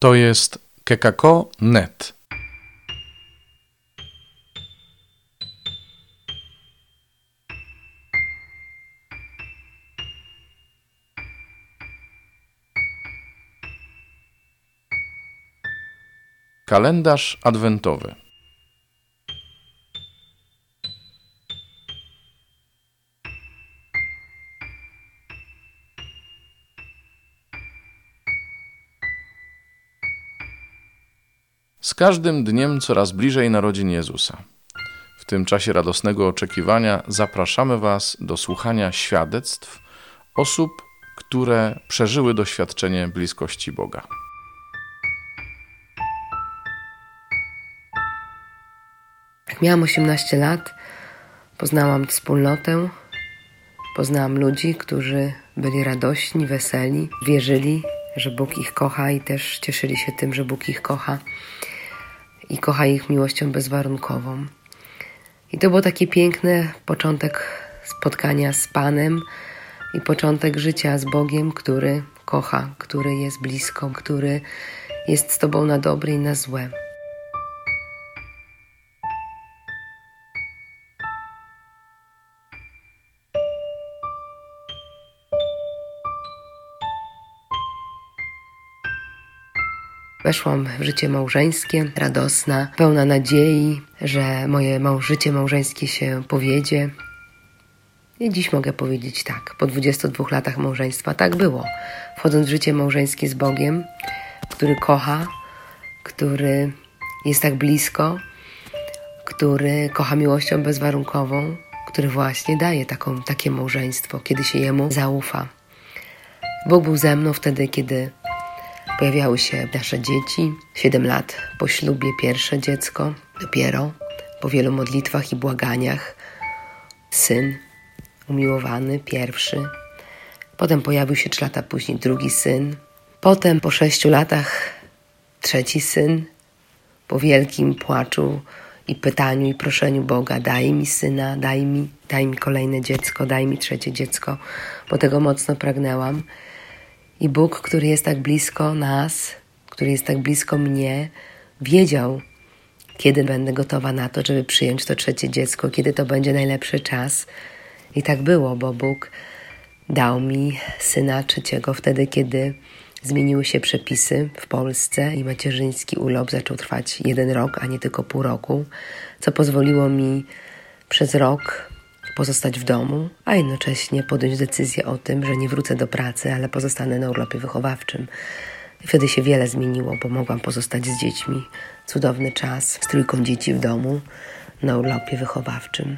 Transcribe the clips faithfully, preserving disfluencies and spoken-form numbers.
To jest kekako kropka net. Kalendarz adwentowy. Z każdym dniem coraz bliżej narodzin Jezusa. W tym czasie radosnego oczekiwania zapraszamy Was do słuchania świadectw osób, które przeżyły doświadczenie bliskości Boga. Jak miałam osiemnaście lat, poznałam wspólnotę, poznałam ludzi, którzy byli radośni, weseli, wierzyli, że Bóg ich kocha i też cieszyli się tym, że Bóg ich kocha i kocha ich miłością bezwarunkową. I to był taki piękny początek spotkania z Panem i początek życia z Bogiem, który kocha, który jest blisko, który jest z Tobą na dobre i na złe. Weszłam w życie małżeńskie, radosna, pełna nadziei, że moje mał- życie małżeńskie się powiedzie. I dziś mogę powiedzieć tak, po dwudziestu dwóch latach małżeństwa tak było. Wchodząc w życie małżeńskie z Bogiem, który kocha, który jest tak blisko, który kocha miłością bezwarunkową, który właśnie daje taką, takie małżeństwo, kiedy się Jemu zaufa. Bóg był ze mną wtedy, kiedy pojawiały się nasze dzieci. Siedem lat po ślubie pierwsze dziecko, dopiero po wielu modlitwach i błaganiach syn umiłowany, pierwszy. Potem pojawił się trzy lata później drugi syn. Potem po sześciu latach trzeci syn. Po wielkim płaczu i pytaniu i proszeniu Boga, daj mi syna, daj mi, daj mi kolejne dziecko, daj mi trzecie dziecko, bo tego mocno pragnęłam. I Bóg, który jest tak blisko nas, który jest tak blisko mnie, wiedział, kiedy będę gotowa na to, żeby przyjąć to trzecie dziecko, kiedy to będzie najlepszy czas. I tak było, bo Bóg dał mi syna trzeciego wtedy, kiedy zmieniły się przepisy w Polsce i macierzyński urlop zaczął trwać jeden rok, a nie tylko pół roku, co pozwoliło mi przez rok pozostać w domu, a jednocześnie podjąć decyzję o tym, że nie wrócę do pracy, ale pozostanę na urlopie wychowawczym. I wtedy się wiele zmieniło, bo mogłam pozostać z dziećmi. Cudowny czas z trójką dzieci w domu na urlopie wychowawczym.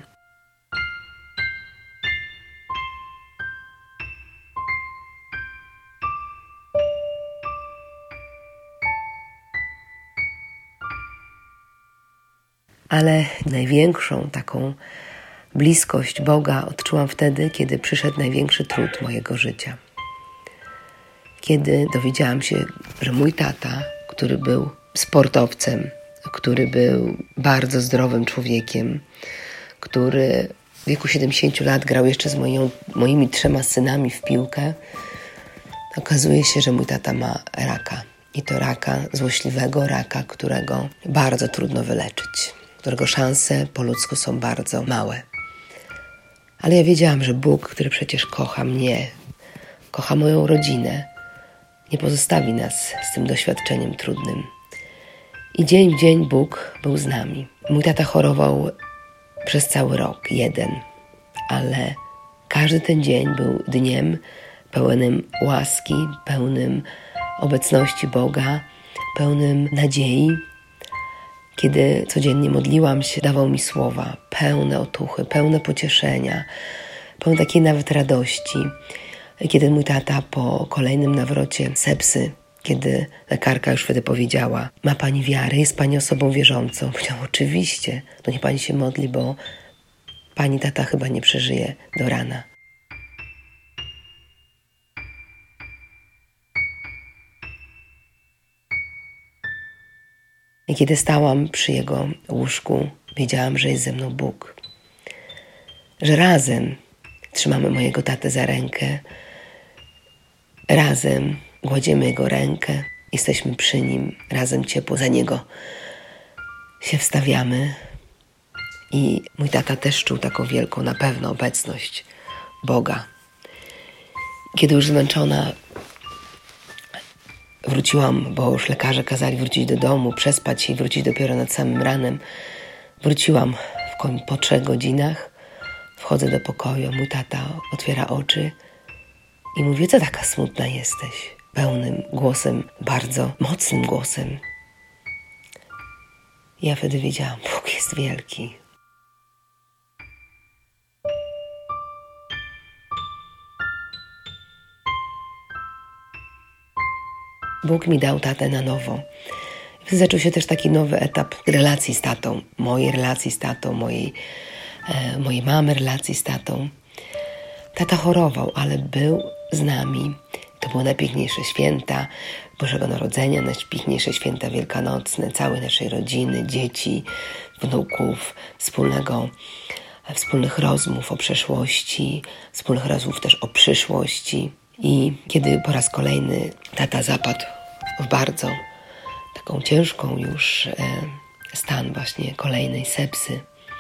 Ale największą taką bliskość Boga odczułam wtedy, kiedy przyszedł największy trud mojego życia. Kiedy dowiedziałam się, że mój tata, który był sportowcem, który był bardzo zdrowym człowiekiem, który w wieku siedemdziesięciu lat grał jeszcze z moją, moimi trzema synami w piłkę, okazuje się, że mój tata ma raka. I to raka, złośliwego raka, którego bardzo trudno wyleczyć, którego szanse po ludzku są bardzo małe. Ale ja wiedziałam, że Bóg, który przecież kocha mnie, kocha moją rodzinę, nie pozostawi nas z tym doświadczeniem trudnym. I dzień w dzień Bóg był z nami. Mój tata chorował przez cały rok, jeden, ale każdy ten dzień był dniem pełnym łaski, pełnym obecności Boga, pełnym nadziei. Kiedy codziennie modliłam się, dawał mi słowa pełne otuchy, pełne pocieszenia, pełne takiej nawet radości. Kiedy mój tata po kolejnym nawrocie sepsy, kiedy lekarka już wtedy powiedziała, ma pani wiarę, jest pani osobą wierzącą. Powiedziałam, oczywiście, to niech pani się modli, bo pani tata chyba nie przeżyje do rana. I kiedy stałam przy jego łóżku, wiedziałam, że jest ze mną Bóg. Że razem trzymamy mojego tatę za rękę, razem gładziemy jego rękę jesteśmy przy Nim, razem ciepło za Niego się wstawiamy. I mój tata też czuł taką wielką na pewno obecność Boga. Kiedy już zmęczona wróciłam, bo już lekarze kazali wrócić do domu, przespać się i wrócić dopiero nad samym ranem, wróciłam w końcu po trzech godzinach, wchodzę do pokoju, mój tata otwiera oczy i mówi: co taka smutna jesteś? Pełnym głosem, bardzo mocnym głosem. Ja wtedy wiedziałam, Bóg jest wielki. Bóg mi dał tatę na nowo. Wtedy zaczął się też taki nowy etap relacji z tatą, mojej relacji z tatą, mojej, e, mojej mamy relacji z tatą. Tata chorował, ale był z nami. To były najpiękniejsze święta Bożego Narodzenia, najpiękniejsze święta wielkanocne, całej naszej rodziny, dzieci, wnuków, wspólnego, wspólnych rozmów o przeszłości, wspólnych rozmów też o przyszłości. I kiedy po raz kolejny tata zapadł w bardzo taką ciężką już e, stan właśnie kolejnej sepsy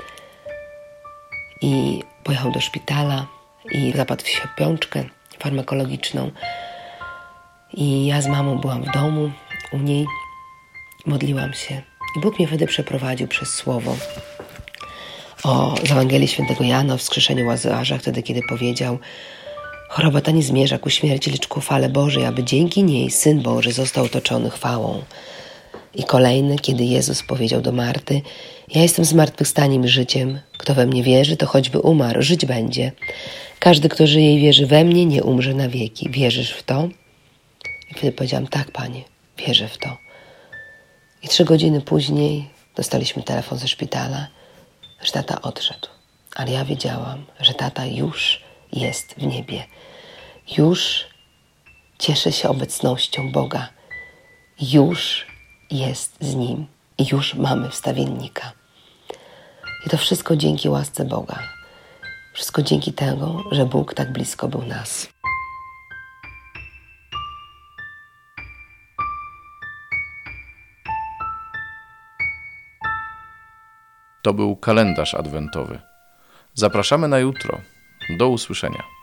i pojechał do szpitala i zapadł w śpiączkę farmakologiczną i ja z mamą byłam w domu u niej, modliłam się i Bóg mnie wtedy przeprowadził przez słowo o z Ewangelii Świętego Jana o wskrzeszeniu Łazarza, wtedy kiedy powiedział: choroba ta nie zmierza ku śmierci, lecz ku chwale Bożej, aby dzięki niej Syn Boży został otoczony chwałą. I kolejny, kiedy Jezus powiedział do Marty: ja jestem zmartwychwstaniem i życiem. Kto we mnie wierzy, to choćby umarł, żyć będzie. Każdy, kto żyje i wierzy we mnie, nie umrze na wieki. Wierzysz w to? I wtedy powiedziałam: tak, Panie, wierzę w to. I trzy godziny później dostaliśmy telefon ze szpitala, że tata odszedł. Ale ja wiedziałam, że tata już jest w niebie. Już cieszy się obecnością Boga. Już jest z Nim. I już mamy wstawiennika. I to wszystko dzięki łasce Boga. Wszystko dzięki temu, że Bóg tak blisko był nas. To był kalendarz adwentowy. Zapraszamy na jutro. Do usłyszenia.